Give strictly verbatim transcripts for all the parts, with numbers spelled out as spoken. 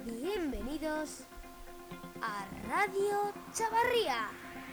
Bienvenidos a Radio Chavarría,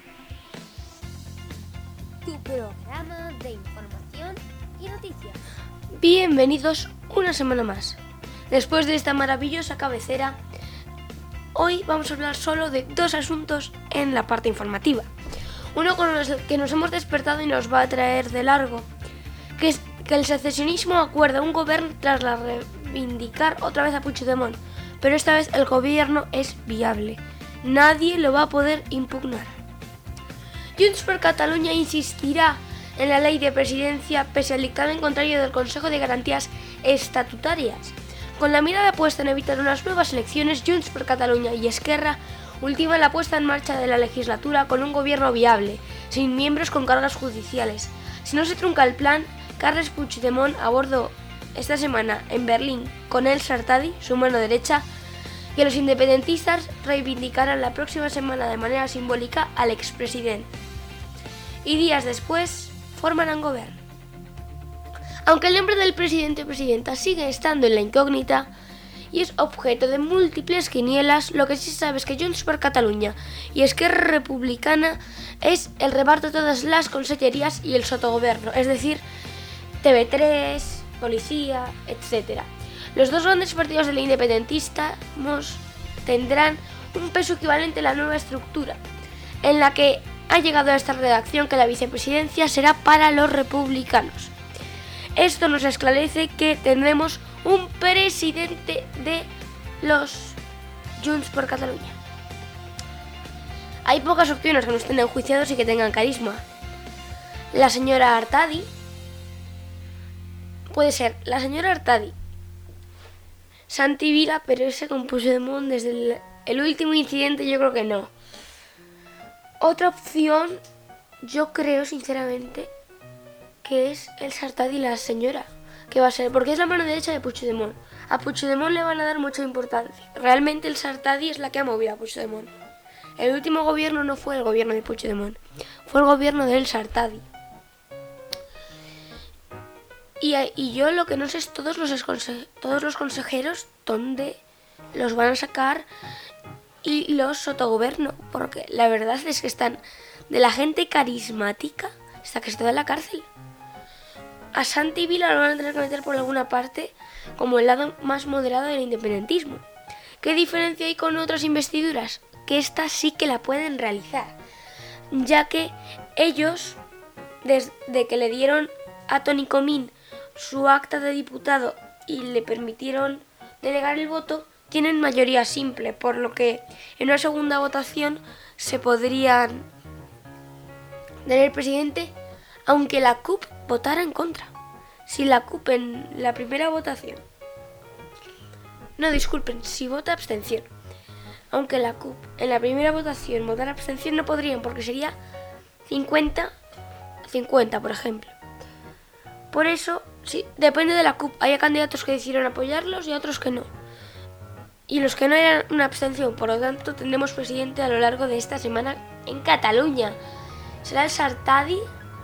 tu programa de información y noticias. Bienvenidos una semana más. Después de esta maravillosa cabecera, hoy vamos a hablar solo de dos asuntos en la parte informativa. Uno con el que nos hemos despertado y nos va a traer de largo, que es que el secesionismo acuerda un gobierno tras la reivindicar otra vez a Puigdemont, pero esta vez el gobierno es viable. Nadie lo va a poder impugnar. Junts per Catalunya insistirá en la ley de presidencia pese al dictamen contrario del Consejo de Garantías Estatutarias. Con la mirada puesta en evitar unas nuevas elecciones, Junts per Catalunya y Esquerra ultiman la puesta en marcha de la legislatura con un gobierno viable, sin miembros con cargos judiciales. Si no se trunca el plan, Carles Puigdemont abordó esta semana en Berlín con El Sartadi, su mano derecha, que los independentistas reivindicarán la próxima semana de manera simbólica al expresidente. Y días después formarán gobierno. Aunque el nombre del presidente o presidenta sigue estando en la incógnita y es objeto de múltiples quinielas, lo que sí se sabe es que Junts per Catalunya y Esquerra Republicana es el reparto de todas las consellerías y el sotogobierno, es decir, T V tres, policía, etcétera. Los dos grandes partidos del independentismo tendrán un peso equivalente a la nueva estructura, en la que ha llegado a esta redacción que la vicepresidencia será para los republicanos. Esto nos esclarece que tendremos un presidente de los Junts per Catalunya. Hay pocas opciones que no estén enjuiciados y que tengan carisma. La señora Artadi puede ser la señora Artadi, Santi Vila, pero ese con Puigdemont desde el, el último incidente yo creo que no. Otra opción, yo creo sinceramente, que es el Sartadi, la señora, que va a ser, porque es la mano derecha de Puigdemont. A Puigdemont le van a dar mucha importancia. Realmente el Sartadi es la que ha movido a Puigdemont. El último gobierno no fue el gobierno de Puigdemont, fue el gobierno del Sartadi. Y, y yo lo que no sé es todos los, conse- todos los consejeros dónde los van a sacar y los sotogobierno, porque la verdad es que están de la gente carismática hasta que está en la cárcel. A Santi Vila lo van a tener que meter por alguna parte como el lado más moderado del independentismo. ¿Qué diferencia hay con otras investiduras? Que esta sí que la pueden realizar, ya que ellos, desde que le dieron a Toni Comín su acta de diputado y le permitieron delegar el voto, tienen mayoría simple, por lo que en una segunda votación se podrían tener presidente aunque la C U P votara en contra. Si la C U P en la primera votación, no disculpen, si vota abstención, aunque la C U P en la primera votación votara abstención, no podrían, porque sería cincuenta cincuenta, por ejemplo. Por eso, sí, depende de la C U P. Hay candidatos que decidieron apoyarlos y otros que no. Y los que no eran una abstención. Por lo tanto, tendremos presidente a lo largo de esta semana en Cataluña. Será el Sartadi.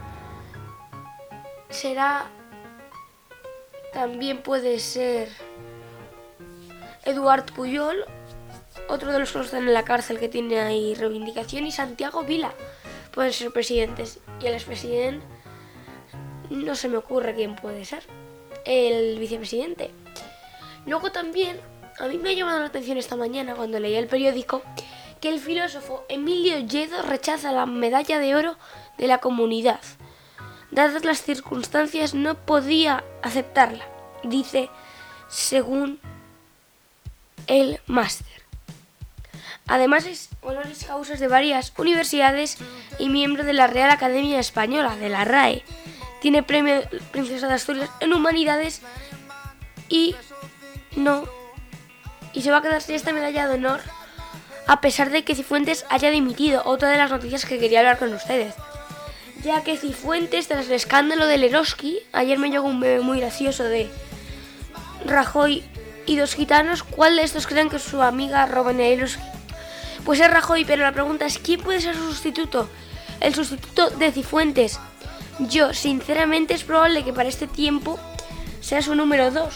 Será... También puede ser Eduard Pujol, otro de los que están en la cárcel que tiene ahí reivindicación, y Santiago Vila pueden ser presidentes. Y el expresidente, no se me ocurre quién puede ser, el vicepresidente. Luego también, a mí me ha llamado la atención esta mañana cuando leí el periódico que el filósofo Emilio Lledo rechaza la medalla de oro de la comunidad. Dadas las circunstancias no podía aceptarla, dice, según el máster. Además es honoris causa de varias universidades y miembro de la Real Academia Española, de la R A E. Tiene premio Princesa de Asturias en Humanidades y no y se va a quedar sin esta medalla de honor a pesar de que Cifuentes haya dimitido. Otra de las noticias que quería hablar con ustedes, ya que Cifuentes, tras el escándalo del Eroski, ayer me llegó un meme muy gracioso de Rajoy y dos gitanos, ¿cuál de estos creen que es su amiga Robin Eroski? Pues es Rajoy, pero la pregunta es ¿quién puede ser su sustituto? El sustituto de Cifuentes. Yo, sinceramente, es probable que para este tiempo sea su número dos,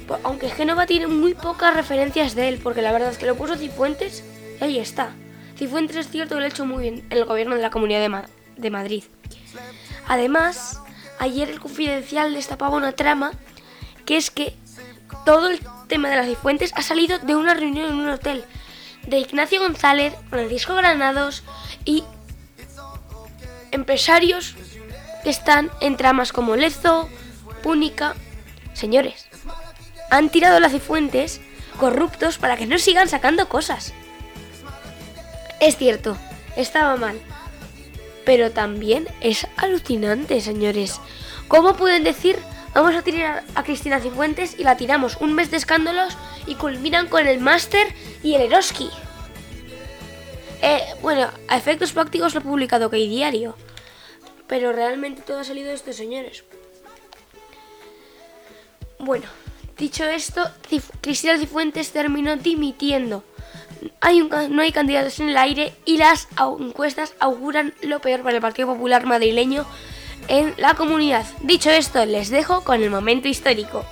Aunque Génova tiene muy pocas referencias de él, porque la verdad es que lo puso Cifuentes y ahí está. Cifuentes es cierto que lo ha hecho muy bien en el gobierno de la Comunidad de, Ma- de Madrid. Además, ayer el Confidencial destapaba una trama, que es que todo el tema de las Cifuentes ha salido de una reunión en un hotel de Ignacio González, Francisco Granados y empresarios que están en tramas como Lezo, Púnica. Señores, han tirado las Cifuentes corruptos para que no sigan sacando cosas. Es cierto, estaba mal, pero también es alucinante, señores. ¿Cómo pueden decir, vamos a tirar a Cristina Cifuentes y la tiramos un mes de escándalos y culminan con el máster y el Eroski? Eh, bueno, a efectos prácticos lo ha publicado OK Diario, pero realmente todo ha salido de estos señores. Bueno, dicho esto, Cif- Cristina Cifuentes terminó dimitiendo. Hay un, no hay candidatos en el aire y las au- encuestas auguran lo peor para el Partido Popular madrileño en la comunidad. Dicho esto, les dejo con el momento histórico.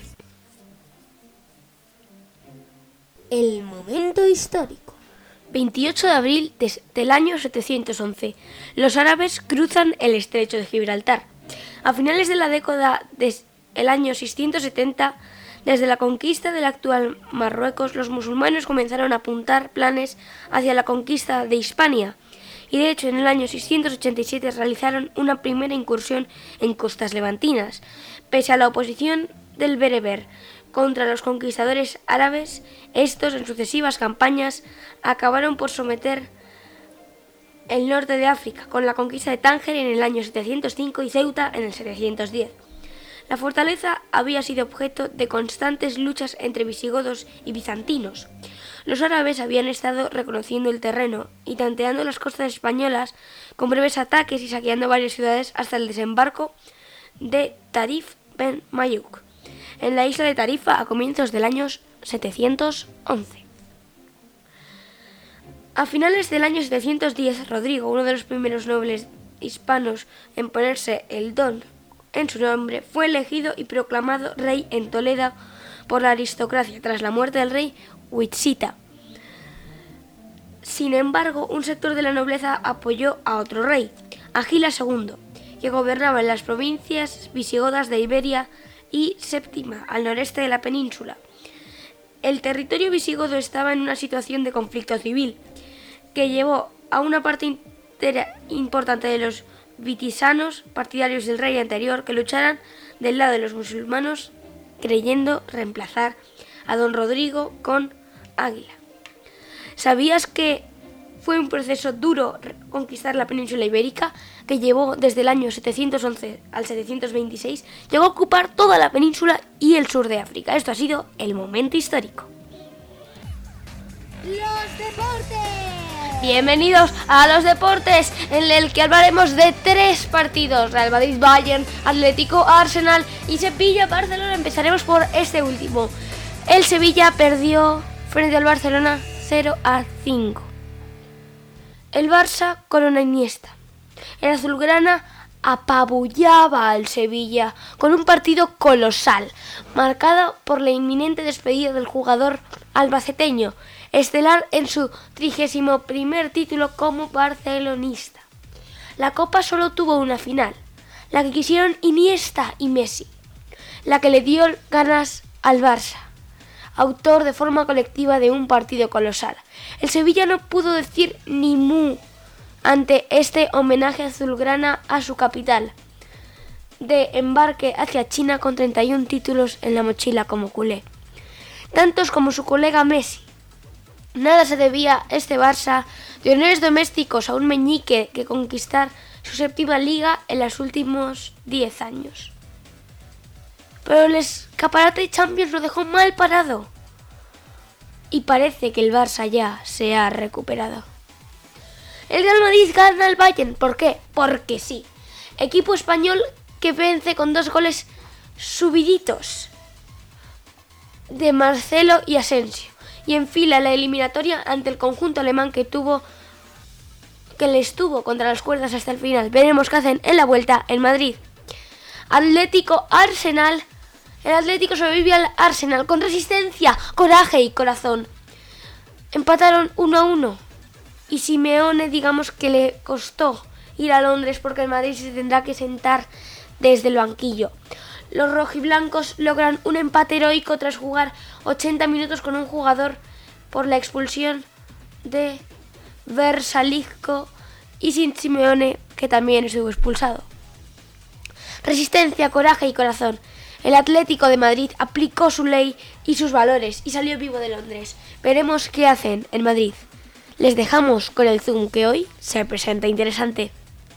El momento histórico. veintiocho de abril de, del año setecientos once. Los árabes cruzan el estrecho de Gibraltar. A finales de la década del año seiscientos setenta, desde la conquista del actual Marruecos, los musulmanes comenzaron a apuntar planes hacia la conquista de Hispania. Y de hecho, en el año seiscientos ochenta y siete realizaron una primera incursión en costas levantinas. Pese a la oposición del bereber contra los conquistadores árabes, estos en sucesivas campañas acabaron por someter el norte de África, con la conquista de Tánger en el año setecientos cinco y Ceuta en el setecientos diez. La fortaleza había sido objeto de constantes luchas entre visigodos y bizantinos. Los árabes habían estado reconociendo el terreno y tanteando las costas españolas con breves ataques y saqueando varias ciudades hasta el desembarco de Tarif Ben Mayuk en la isla de Tarifa a comienzos del año setecientos once. A finales del año setecientos diez, Rodrigo, uno de los primeros nobles hispanos en ponerse el don en su nombre, fue elegido y proclamado rey en Toledo por la aristocracia tras la muerte del rey Huitzita. Sin embargo, un sector de la nobleza apoyó a otro rey, a Gila segundo, que gobernaba en las provincias visigodas de Iberia y Séptima, al noreste de la península. El territorio visigodo estaba en una situación de conflicto civil, que llevó a una parte intera, importante de los vitisanos, partidarios del rey anterior, que lucharan del lado de los musulmanes, creyendo reemplazar a don Rodrigo con Águila. ¿Sabías que fue un proceso duro conquistar la península ibérica, que llevó desde el año setecientos once al setecientos veintiséis? Llegó a ocupar toda la península y el sur de África. Esto ha sido el momento histórico. ¡Los deportes! Bienvenidos a los deportes, en el que hablaremos de tres partidos: Real Madrid Bayern, Atlético Arsenal y Sevilla Barcelona. Empezaremos por este último. El Sevilla perdió frente al Barcelona cero a cinco. El Barça con una Iniesta. El azulgrana apabullaba al Sevilla con un partido colosal, marcado por la inminente despedida del jugador albaceteño, estelar en su trigésimo primer título como barcelonista. La Copa solo tuvo una final, la que quisieron Iniesta y Messi, la que le dio ganas al Barça, autor de forma colectiva de un partido colosal. El Sevilla no pudo decir ni mu ante este homenaje azulgrana a su capital, de embarque hacia China con treinta y un títulos en la mochila como culé, tantos como su colega Messi. Nada se debía este Barça de honores domésticos a un meñique que conquistar su séptima liga en los últimos diez años. Pero el escaparate Champions lo dejó mal parado y parece que el Barça ya se ha recuperado. El Real Madrid gana al Bayern. ¿Por qué? Porque sí. Equipo español que vence con dos goles subiditos de Marcelo y Asensio, y enfila la eliminatoria ante el conjunto alemán que tuvo que le estuvo contra las cuerdas hasta el final. Veremos qué hacen en la vuelta en Madrid. Atlético Arsenal El Atlético sobrevive al Arsenal con resistencia, coraje y corazón. Empataron uno a uno y Simeone, digamos que le costó ir a Londres porque el Madrid se tendrá que sentar desde el banquillo. Los rojiblancos logran un empate heroico tras jugar ochenta minutos con un jugador por la expulsión de Versalico y sin Simeone, que también estuvo expulsado. Resistencia, coraje y corazón. El Atlético de Madrid aplicó su ley y sus valores y salió vivo de Londres. Veremos qué hacen en Madrid. Les dejamos con el Zoom que hoy se presenta interesante.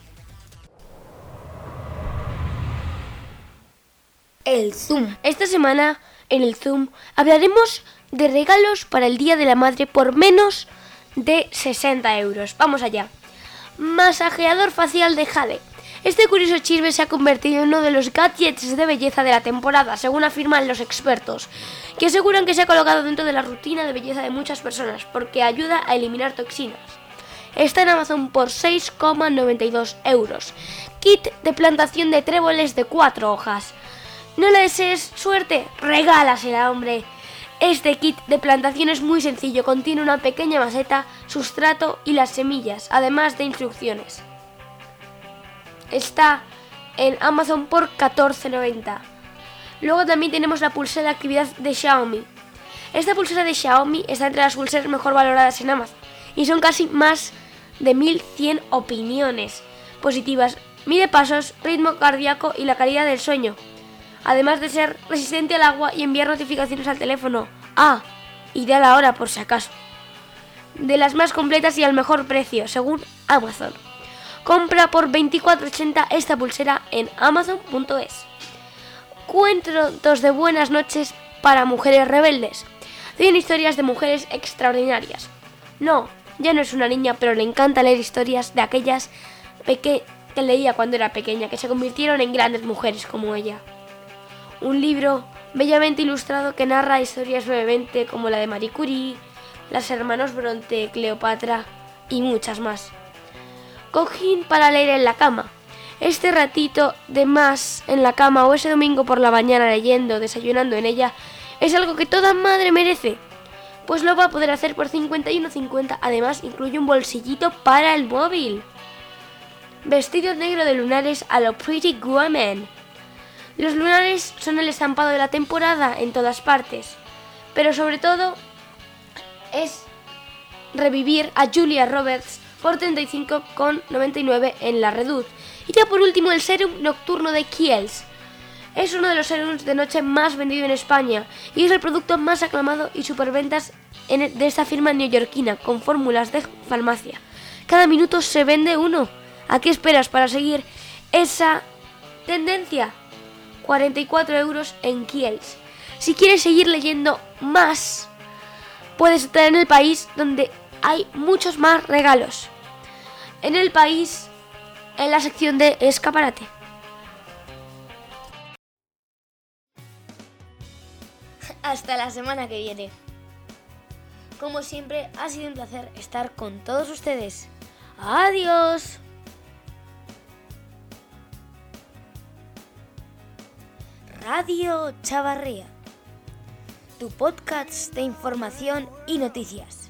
El Zoom. Esta semana en el Zoom hablaremos de regalos para el Día de la Madre por menos de sesenta euros. Vamos allá. Masajeador facial de Jade. Este curioso chisme se ha convertido en uno de los gadgets de belleza de la temporada, según afirman los expertos, que aseguran que se ha colocado dentro de la rutina de belleza de muchas personas, porque ayuda a eliminar toxinas. Está en Amazon por seis coma noventa y dos euros. Kit de plantación de tréboles de cuatro hojas. ¿No le desees suerte? Regálasela, hombre. Este kit de plantación es muy sencillo, contiene una pequeña maceta, sustrato y las semillas, además de instrucciones. Está en Amazon por catorce noventa. Luego también tenemos la pulsera de actividad de Xiaomi. Esta pulsera de Xiaomi está entre las pulseras mejor valoradas en Amazon y son casi más de mil cien opiniones positivas. Mide pasos, ritmo cardíaco y la calidad del sueño, además de ser resistente al agua y enviar notificaciones al teléfono. Ah, y da la hora por si acaso. De las más completas y al mejor precio, según Amazon. Compra por veinticuatro ochenta esta pulsera en amazon punto es. Cuentos de buenas noches para mujeres rebeldes. cien historias de mujeres extraordinarias. No, ya no es una niña, pero le encanta leer historias de aquellas peque- que leía cuando era pequeña, que se convirtieron en grandes mujeres como ella. Un libro bellamente ilustrado que narra historias brevemente como la de Marie Curie, las hermanos Bronte, Cleopatra y muchas más. Cojín para leer en la cama. Este ratito de más en la cama o ese domingo por la mañana leyendo, desayunando en ella, es algo que toda madre merece. Pues lo va a poder hacer por cincuenta y uno cincuenta. Además incluye un bolsillito para el móvil. Vestido negro de lunares a lo Pretty Woman. Los lunares son el estampado de la temporada en todas partes, pero sobre todo es revivir a Julia Roberts por treinta y cinco con noventa y nueve en la Redoute. Y ya por último el serum nocturno de Kiehl's. Es uno de los serums de noche más vendido en España y es el producto más aclamado y superventas en, de esta firma neoyorquina con fórmulas de farmacia. Cada minuto se vende uno. ¿A qué esperas para seguir esa tendencia? cuarenta y cuatro euros en Kiehl's. Si quieres seguir leyendo más, puedes estar en El País, donde hay muchos más regalos. En El País, en la sección de escaparate. Hasta la semana que viene. Como siempre, ha sido un placer estar con todos ustedes. ¡Adiós! Radio Chavarría, tu podcast de información y noticias.